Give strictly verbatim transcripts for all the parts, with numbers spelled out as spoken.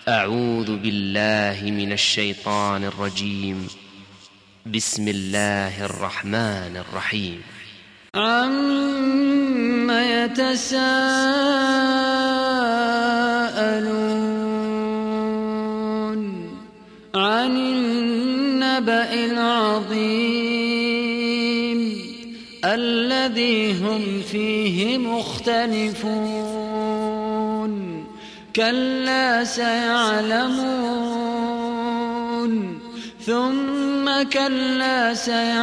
أعوذ بالله من الشيطان الرجيم. بسم الله الرحمن الرحيم. عَمَّ يَتَسَاءَلُونَ عَنِ النَّبَإِ الْعَظِيمِ الَّذِي هُمْ فِيهِ مُخْتَلِفُونَ كَلَّا سَيَعْلَمُونَ ثُمَّ كَلَّا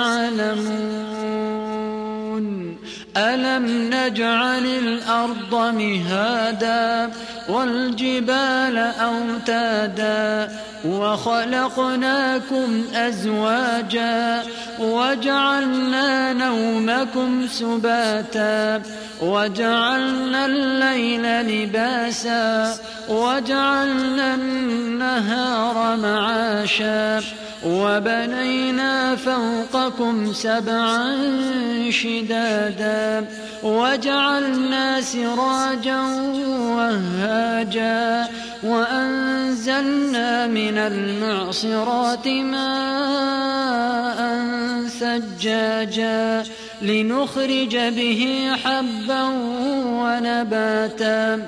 سَيَعْلَمُونَ أَلَمْ نَجْعَلِ الْأَرْضَ مِهَادًا وَالْجِبَالَ أَوْتَادًا وَخَلَقْنَاكُمْ أَزْوَاجًا وَجَعَلْنَا نَوْمَكُمْ سُبَاتًا وَجَعَلْنَا اللَّيْلَ لِبَاسًا وَجَعَلْنَا النَّهَارَ مَعَاشًا وَبَنَيْنَا فَوْقَكُمْ سَبْعًا شِدَادًا وَجَعَلْنَا سِرَاجًا وَهَّاجًا وَأَنزَلْنَا مِنَ الْمُعْصِرَاتِ مَاءً ثَجَّاجًا لِنُخْرِجَ بِهِ حَبًّا وَنَبَاتًا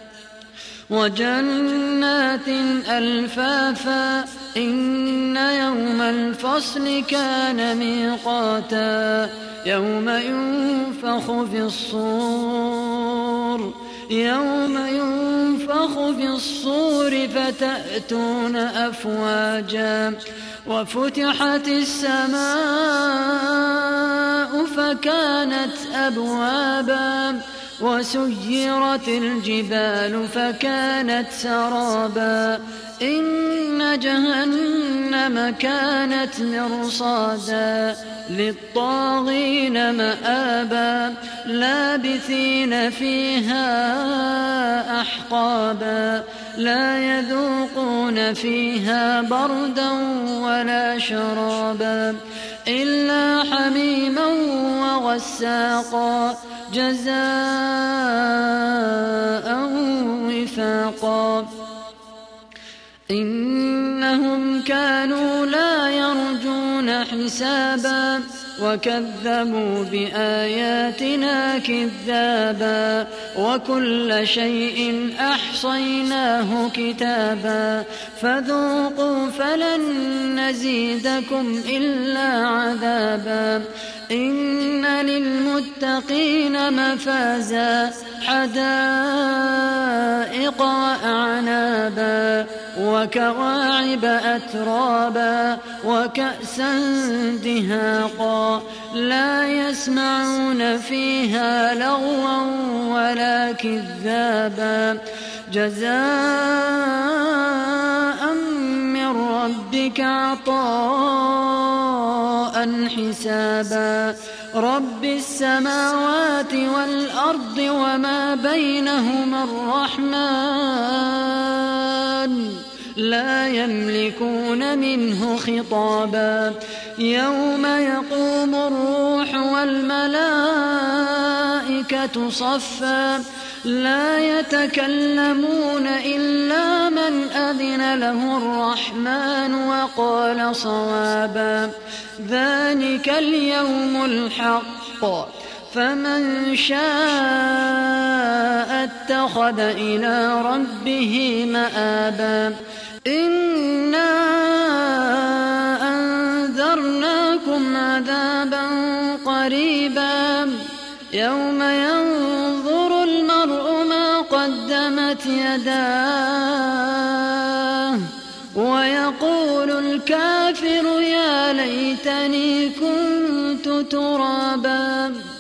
وَجَنَّاتٍ أَلْفَافًا إِنَّ يَوْمَ الْفَصْلِ كَانَ مِيقَاتًا يَوْمَ يُنفَخُ فِي الصُّورِ يَوْمَ يُنفَخُ فِي الصُّورِ فَتَأْتُونَ أَفْوَاجًا وَفُتِحَتِ السَّمَاءُ فَكَانَتْ أَبْوَابًا وَسُيِّرَتِ الْجِبَالُ فَكَانَتْ سَرَابًا إِنَّ جَهَنَّمَ كَانَتْ مِرْصَادًا لِلطَّاغِينَ مَآبًا لَابِثِينَ فِيهَا أَحْقَابًا لَا يَذُوقُونَ فِيهَا بَرْدًا وَلَا شَرَابًا إِلَّا حَمِيمًا وَغَسَّاقًا جَزَاءً وِفَاقًا إِنَّهُمْ كَانُوا لَا يَرْجُونَ حِسَابًا وَكَذَّبُوا بِآيَاتِنَا كِذَّابًا وَكُلَّ شَيْءٍ أَحْصَيْنَاهُ كِتَابًا فَذُوقُوا فَلَن نَّزِيدَكُمْ إِلَّا عَذَابًا إِنَّ لِلْمُتَّقِينَ مَفَازًا حَدَائِقَ وَأَعْنَابًا وَكَوَاعِبَ أَتْرَابًا وَكَأْسًا دِهَاقًا لَا يَسْمَعُونَ فِيهَا لَغْوًا وَلَا كِذَّابًا جَزَاءً مِّن رَّبِّكَ عَطَاءً حِسَابًا رَبِّ السَّمَاوَاتِ وَالْأَرْضِ وَمَا بَيْنَهُمَا الرَّحْمَنُ لَا يَمْلِكُونَ مِنْهُ خِطَابًا يَوْمَ يَقُومُ الرُّوحُ وَالْمَلَائِكَةُ صَفًّا لَا يَتَكَلَّمُونَ إِلَّا مَنْ أَذِنَ لَهُ الرَّحْمَنُ وَقَالَ صَوَابًا ذَلِكَ الْيَوْمُ الْحَقُّ فَمَنْ شَاءَ اتَّخَذَ إِلَى رَبِّهِ مَآبًا إِنَّا أَنذَرْنَاكُمْ عَذَابًا قَرِيبًا يَوْمَ يَنظُرُ الْمَرْءُ مَا قَدَّمَتْ يَدَاهُ وَيَقُولُ الْكَافِرُ يَا لَيْتَنِي كُنتُ تُرَابًا.